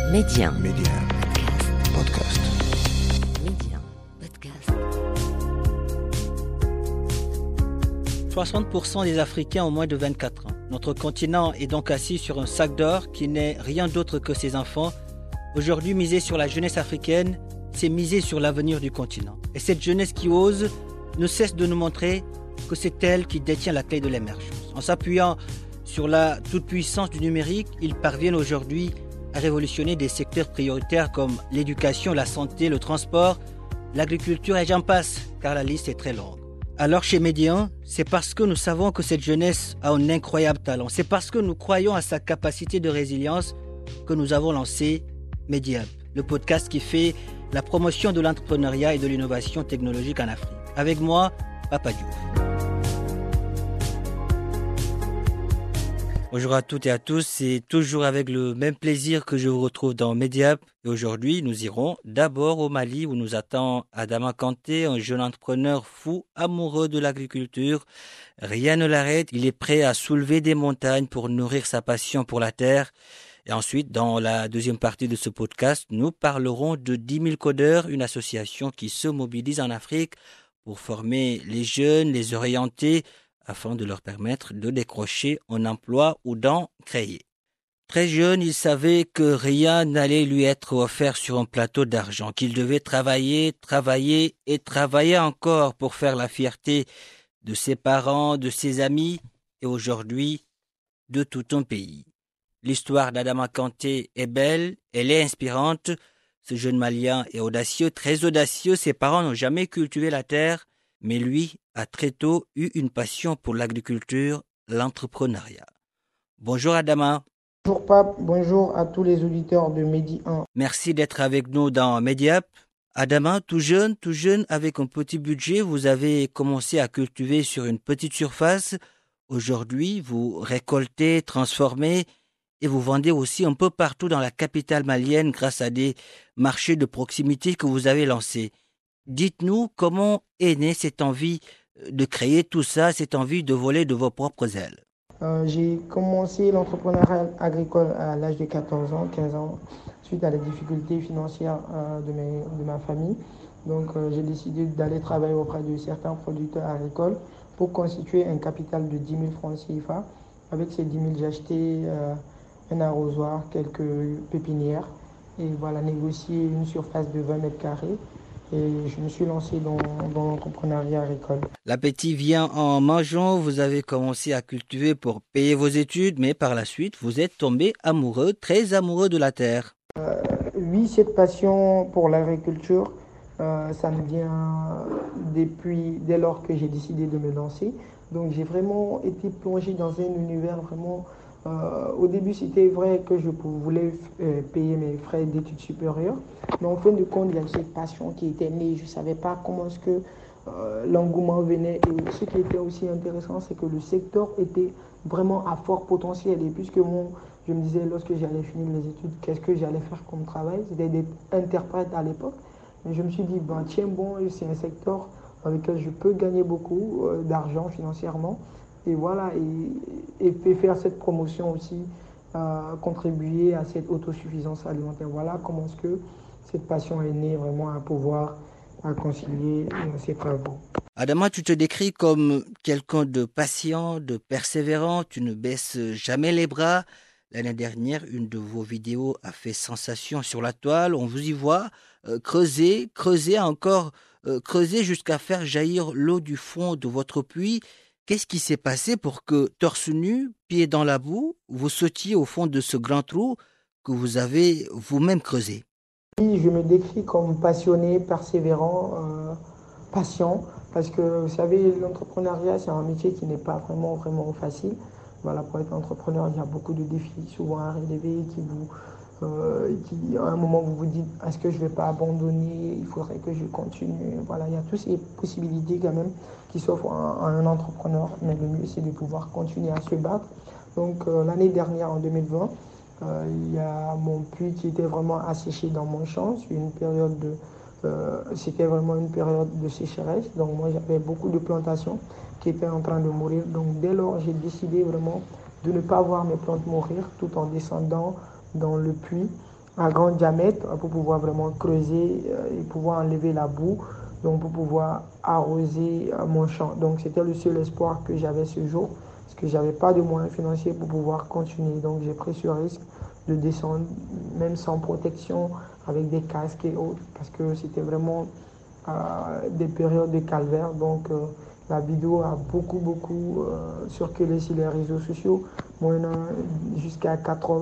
Média. Podcast. Média. Podcast. 60% des Africains ont moins de 24 ans. Notre continent est donc assis sur un sac d'or qui n'est rien d'autre que ses enfants. Aujourd'hui, miser sur la jeunesse africaine, c'est miser sur l'avenir du continent. Et cette jeunesse qui ose ne cesse de nous montrer que c'est elle qui détient la clé de l'émergence. En s'appuyant sur la toute-puissance du numérique, ils parviennent aujourd'hui à révolutionner des secteurs prioritaires comme l'éducation, la santé, le transport, l'agriculture et j'en passe, car la liste est très longue. Alors chez Média, c'est parce que nous savons que cette jeunesse a un incroyable talent, c'est parce que nous croyons à sa capacité de résilience que nous avons lancé Média, le podcast qui fait la promotion de l'entrepreneuriat et de l'innovation technologique en Afrique. Avec moi, Papa Diouf. Bonjour à toutes et à tous, c'est toujours avec le même plaisir que je vous retrouve dans Mediap. Et aujourd'hui, nous irons d'abord au Mali où nous attend Adama Kanté, un jeune entrepreneur fou, amoureux de l'agriculture. Rien ne l'arrête, il est prêt à soulever des montagnes pour nourrir sa passion pour la terre. Et ensuite, dans la deuxième partie de ce podcast, nous parlerons de 10 000 codeurs, une association qui se mobilise en Afrique pour former les jeunes, les orienter, afin de leur permettre de décrocher un emploi ou d'en créer. Très jeune, il savait que rien n'allait lui être offert sur un plateau d'argent, qu'il devait travailler et travailler encore pour faire la fierté de ses parents, de ses amis et aujourd'hui de tout un pays. L'histoire d'Adama Kanté est belle, elle est inspirante. Ce jeune Malien est audacieux, très audacieux. Ses parents n'ont jamais cultivé la terre, mais lui a très tôt eu une passion pour l'agriculture, l'entrepreneuriat. Bonjour Adama. Bonjour Pape, bonjour à tous les auditeurs de Medi 1. Merci d'être avec nous dans Mediap. Adama, tout jeune, avec un petit budget, vous avez commencé à cultiver sur une petite surface. Aujourd'hui, vous récoltez, transformez et vous vendez aussi un peu partout dans la capitale malienne grâce à des marchés de proximité que vous avez lancés. Dites-nous comment est née cette envie de créer tout ça, cette envie de voler de vos propres ailes. J'ai commencé l'entrepreneuriat agricole à l'âge de 14 ans, 15 ans, suite à les difficultés financières de ma famille. Donc j'ai décidé d'aller travailler auprès de certains producteurs agricoles pour constituer un capital de 10 000 francs CFA. Avec ces 10 000, j'ai acheté un arrosoir, quelques pépinières et voilà, négocié une surface de 20 mètres carrés. Et je me suis lancé dans l'entrepreneuriat agricole. L'appétit vient en mangeant, vous avez commencé à cultiver pour payer vos études, mais par la suite, vous êtes tombé amoureux, très amoureux de la terre. Oui, cette passion pour l'agriculture, ça me vient dès lors que j'ai décidé de me lancer. Donc j'ai vraiment été plongé dans un univers vraiment... au début, c'était vrai que je voulais payer mes frais d'études supérieures. Mais en fin de compte, il y a cette passion qui était née. Je ne savais pas comment est-ce que l'engouement venait. Et ce qui était aussi intéressant, c'est que le secteur était vraiment à fort potentiel. Et puisque je me disais, lorsque j'allais finir les études, qu'est-ce que j'allais faire comme travail? C'était d'être interprète à l'époque. Et je me suis dit, tiens bon, c'est un secteur dans lequel je peux gagner beaucoup d'argent financièrement. Et voilà, et faire cette promotion aussi, contribuer à cette autosuffisance alimentaire. Voilà comment est-ce que cette passion est née vraiment à pouvoir concilier ces travaux. Adama, tu te décris comme quelqu'un de patient, de persévérant, tu ne baisses jamais les bras. L'année dernière, une de vos vidéos a fait sensation sur la toile. On vous y voit creuser jusqu'à faire jaillir l'eau du fond de votre puits. Qu'est-ce qui s'est passé pour que, torse nu, pieds dans la boue, vous sautiez au fond de ce grand trou que vous avez vous-même creusé? Oui, je me décris comme passionné, persévérant, patient, parce que vous savez, l'entrepreneuriat, c'est un métier qui n'est pas vraiment facile. Voilà, pour être entrepreneur, il y a beaucoup de défis souvent à relever à un moment vous vous dites, est-ce que je ne vais pas abandonner, il faudrait que je continue. Voilà, il y a toutes ces possibilités quand même qui s'offrent à un entrepreneur, mais le mieux c'est de pouvoir continuer à se battre. Donc l'année dernière, en 2020, il y a mon puits qui était vraiment asséché dans mon champ. C'était vraiment une période de sécheresse. Donc moi j'avais beaucoup de plantations qui étaient en train de mourir. Donc dès lors j'ai décidé vraiment de ne pas voir mes plantes mourir tout en descendant dans le puits à grand diamètre pour pouvoir vraiment creuser et pouvoir enlever la boue, donc pour pouvoir arroser mon champ. Donc c'était le seul espoir que j'avais ce jour, parce que j'avais pas de moyens financiers pour pouvoir continuer. Donc j'ai pris ce risque de descendre, même sans protection, avec des casques et autres, parce que c'était vraiment des périodes de calvaire. Donc la vidéo a beaucoup circulé sur les réseaux sociaux. Moi, jusqu'à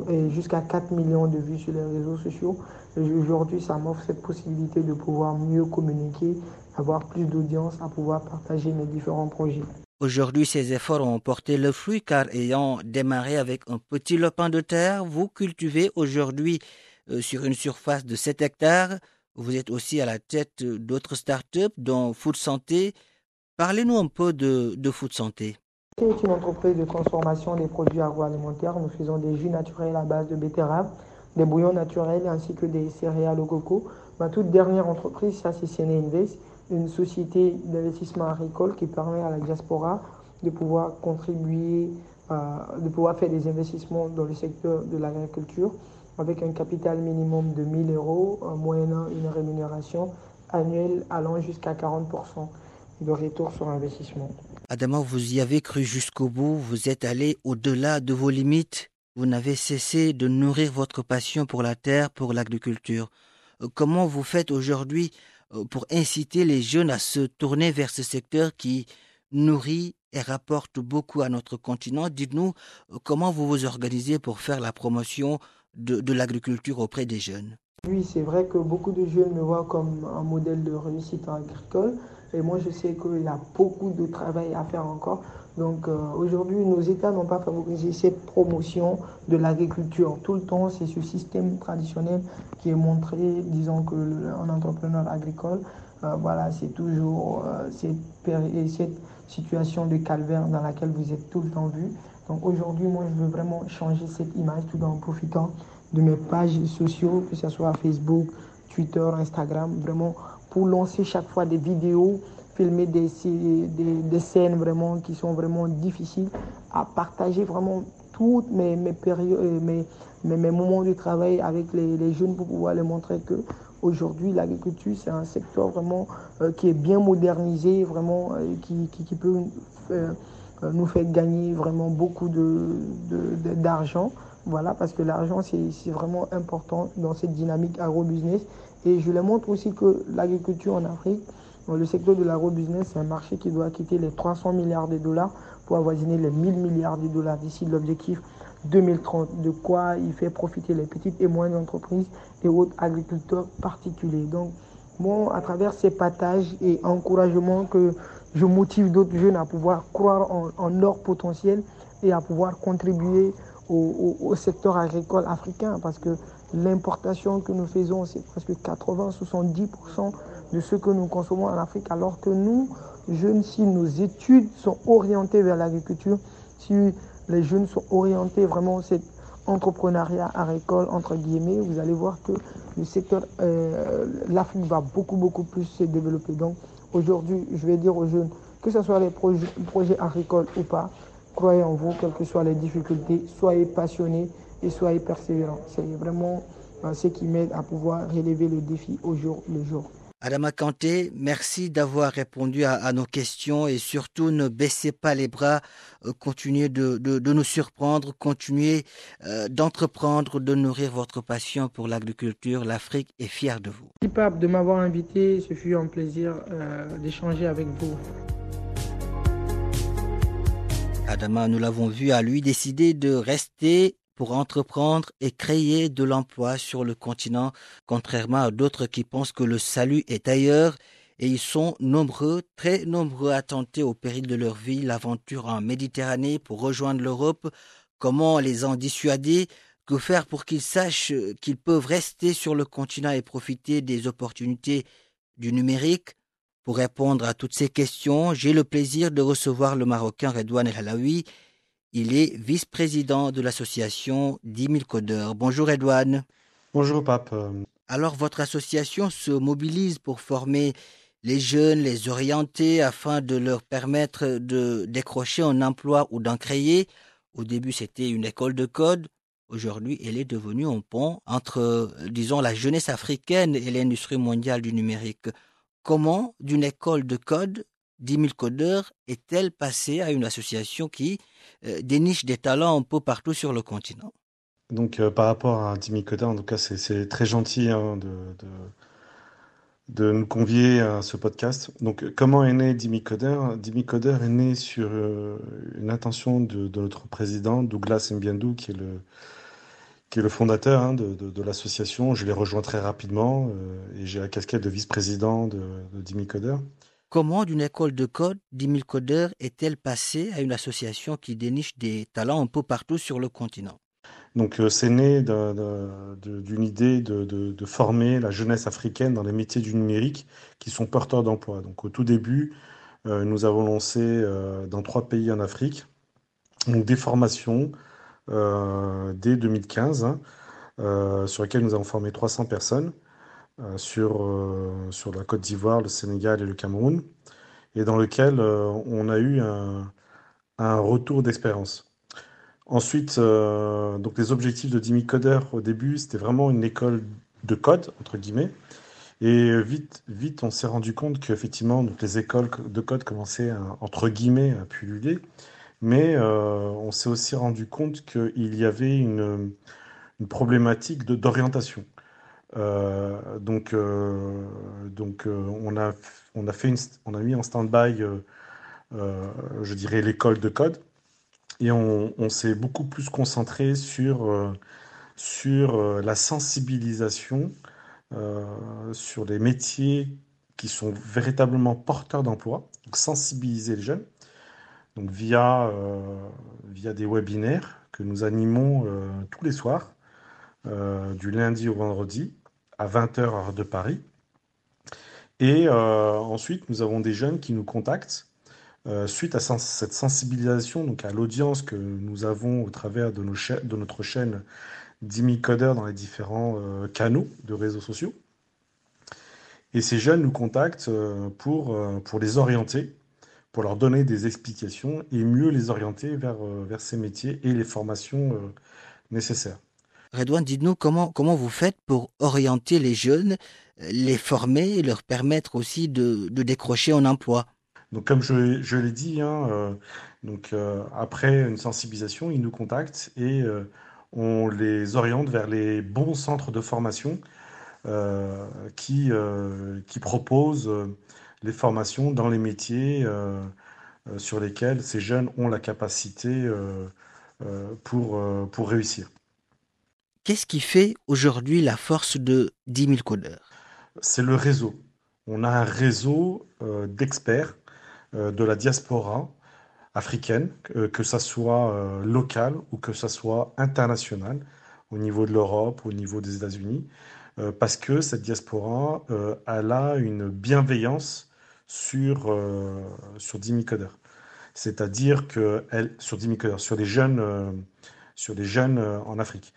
4 millions de vues sur les réseaux sociaux. Et aujourd'hui, ça m'offre cette possibilité de pouvoir mieux communiquer, avoir plus d'audience, à pouvoir partager mes différents projets. Aujourd'hui, ces efforts ont porté le fruit car ayant démarré avec un petit lopin de terre, vous cultivez aujourd'hui sur une surface de 7 hectares. Vous êtes aussi à la tête d'autres startups, dont Food Santé. Parlez-nous un peu de Food Santé. C'est une entreprise de transformation des produits agroalimentaires. Nous faisons des jus naturels à base de betterave, des bouillons naturels ainsi que des céréales au coco. Ma toute dernière entreprise, ça c'est Séné Invest, une société d'investissement agricole qui permet à la diaspora de pouvoir contribuer, de pouvoir faire des investissements dans le secteur de l'agriculture avec un capital minimum de 1 000 euros, moyennant une rémunération annuelle allant jusqu'à 40% de retour sur investissement. Adama, vous y avez cru jusqu'au bout, vous êtes allé au-delà de vos limites, vous n'avez cessé de nourrir votre passion pour la terre, pour l'agriculture. Comment vous faites aujourd'hui pour inciter les jeunes à se tourner vers ce secteur qui nourrit et rapporte beaucoup à notre continent? Dites-nous comment vous vous organisez pour faire la promotion de l'agriculture auprès des jeunes. Oui, c'est vrai que beaucoup de jeunes me voient comme un modèle de réussite agricole. Et moi, je sais qu'il y a beaucoup de travail à faire encore. Donc aujourd'hui, nos États n'ont pas favorisé cette promotion de l'agriculture. Tout le temps, c'est ce système traditionnel qui est montré, disons qu'un entrepreneur agricole, voilà, c'est toujours cette situation de calvaire dans laquelle vous êtes tout le temps vu. Donc aujourd'hui, moi, je veux vraiment changer cette image tout en profitant de mes pages sociaux, que ce soit Facebook, Twitter, Instagram, vraiment pour lancer chaque fois des vidéos, filmer des scènes vraiment qui sont vraiment difficiles, à partager vraiment toutes mes moments de travail avec les jeunes pour pouvoir leur montrer que aujourd'hui l'agriculture c'est un secteur vraiment qui est bien modernisé, vraiment qui peut nous faire gagner vraiment beaucoup d'argent. Voilà, parce que l'argent, c'est vraiment important dans cette dynamique agro-business. Et je leur montre aussi que l'agriculture en Afrique, le secteur de l'agro-business, c'est un marché qui doit quitter les 300 milliards de dollars pour avoisiner les 1000 milliards de dollars d'ici l'objectif 2030. De quoi il fait profiter les petites et moyennes entreprises et autres agriculteurs particuliers. Donc, moi, à travers ces partages et encouragements que je motive d'autres jeunes à pouvoir croire en leur potentiel et à pouvoir contribuer au secteur agricole africain, parce que l'importation que nous faisons, c'est presque 80-70% de ce que nous consommons en Afrique, alors que nous, jeunes, si nos études sont orientées vers l'agriculture, si les jeunes sont orientés vraiment cet entrepreneuriat agricole, entre guillemets, vous allez voir que le secteur, l'Afrique va beaucoup plus se développer. Donc aujourd'hui, je vais dire aux jeunes, que ce soit les projets agricoles ou pas, croyez en vous, quelles que soient les difficultés, soyez passionnés et soyez persévérants. C'est vraiment ce qui m'aide à pouvoir relever le défi au jour le jour. Adama Kanté, merci d'avoir répondu à nos questions et surtout ne baissez pas les bras, continuez de nous surprendre, continuez d'entreprendre, de nourrir votre passion pour l'agriculture. L'Afrique est fière de vous. Merci Pape de m'avoir invité, ce fut un plaisir d'échanger avec vous. Adama, nous l'avons vu, a lui décidé de rester pour entreprendre et créer de l'emploi sur le continent, contrairement à d'autres qui pensent que le salut est ailleurs. Et ils sont nombreux, très nombreux à tenter au péril de leur vie l'aventure en Méditerranée pour rejoindre l'Europe. Comment les en dissuader? Que faire pour qu'ils sachent qu'ils peuvent rester sur le continent et profiter des opportunités du numérique? Pour répondre à toutes ces questions, j'ai le plaisir de recevoir le Marocain Redouane El Halaoui. Il est vice-président de l'association 10 000 codeurs. Bonjour Redouane. Bonjour Pape. Alors votre association se mobilise pour former les jeunes, les orienter afin de leur permettre de décrocher un emploi ou d'en créer. Au début, c'était une école de code. aujourd'hui, elle est devenue un pont entre, disons, la jeunesse africaine et l'industrie mondiale du numérique. Comment, d'une école de code, 10 000 codeurs, est-elle passée à une association qui déniche des talents un peu partout sur le continent? Donc, par rapport à Dimi Coder, en tout cas, c'est très gentil hein, de nous convier à ce podcast. Donc, comment est né Dimi Coder? Dimi Coder est né sur une intention de notre président, Douglas Mbiandou, qui est le fondateur hein, de l'association. Je l'ai rejoint très rapidement et j'ai la casquette de vice-président de Dimi Coder. Comment, d'une école de code, 10 000 codeurs, est-elle passée à une association qui déniche des talents un peu partout sur le continent? Donc, c'est né d'une idée de former la jeunesse africaine dans les métiers du numérique qui sont porteurs d'emploi. Donc, au tout début, nous avons lancé dans 3 pays en Afrique donc des formations dès 2015 hein, sur lesquelles nous avons formé 300 personnes sur la Côte d'Ivoire, le Sénégal et le Cameroun, et dans lequel on a eu un retour d'expérience. Ensuite, donc les objectifs de Dimi Coder au début, c'était vraiment une école de code, entre guillemets. Et vite, on s'est rendu compte qu'effectivement, donc les écoles de code commençaient, entre guillemets, à pulluler. Mais on s'est aussi rendu compte qu'il y avait une problématique d'orientation. On a mis en stand-by, je dirais, l'école de code. Et on s'est beaucoup plus concentré sur la sensibilisation sur les métiers qui sont véritablement porteurs d'emploi, donc sensibiliser les jeunes, donc via des webinaires que nous animons tous les soirs, du lundi au vendredi, à 20h heure de Paris. Et ensuite, nous avons des jeunes qui nous contactent suite à cette sensibilisation, donc à l'audience que nous avons au travers de notre chaîne Dimi Coder dans les différents canaux de réseaux sociaux. Et ces jeunes nous contactent pour les orienter, pour leur donner des explications et mieux les orienter vers ces métiers et les formations nécessaires. Redouane, dites-nous comment vous faites pour orienter les jeunes, les former et leur permettre aussi de décrocher un emploi. Donc, comme je l'ai dit, hein, après une sensibilisation, ils nous contactent et on les oriente vers les bons centres de formation qui proposent les formations dans les métiers sur lesquels ces jeunes ont la capacité pour réussir. Qu'est-ce qui fait aujourd'hui la force de 10 000 codeurs? C'est le réseau. On a un réseau d'experts de la diaspora africaine, que ça soit local ou que ça soit international, au niveau de l'Europe, au niveau des États-Unis, parce que cette diaspora, elle a une bienveillance sur 10 000 codeurs. C'est-à-dire que sur 10 000 codeurs, sur les jeunes en Afrique.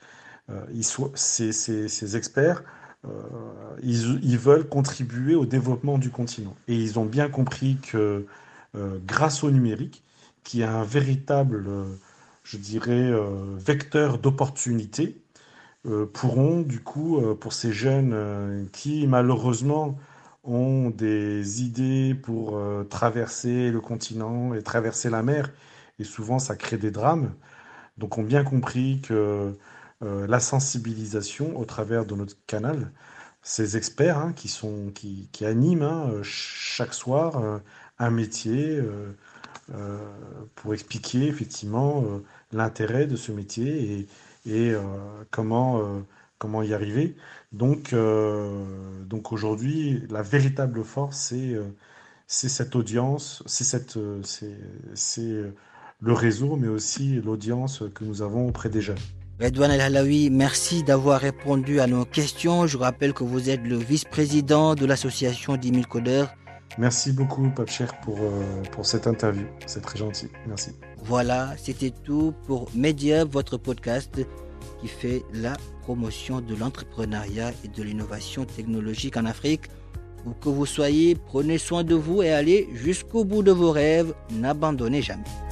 Ces experts, ils veulent contribuer au développement du continent. Et ils ont bien compris que grâce au numérique, qui est un véritable, je dirais, vecteur d'opportunité, pourront du coup, pour ces jeunes qui malheureusement ont des idées pour traverser le continent et traverser la mer, et souvent ça crée des drames, donc ont bien compris que la sensibilisation au travers de notre canal, ces experts hein, qui animent hein, chaque soir un métier pour expliquer effectivement l'intérêt de ce métier et comment y arriver. Donc aujourd'hui, la véritable force, c'est cette audience, c'est le réseau, mais aussi l'audience que nous avons auprès des jeunes. Redouane El Halaoui, merci d'avoir répondu à nos questions. Je rappelle que vous êtes le vice-président de l'association 10 000 codeurs. Merci beaucoup, Pape Cheikh, pour cette interview. C'est très gentil. Merci. Voilà, c'était tout pour Mediap, votre podcast qui fait la promotion de l'entrepreneuriat et de l'innovation technologique en Afrique. Où que vous soyez, prenez soin de vous et allez jusqu'au bout de vos rêves. N'abandonnez jamais.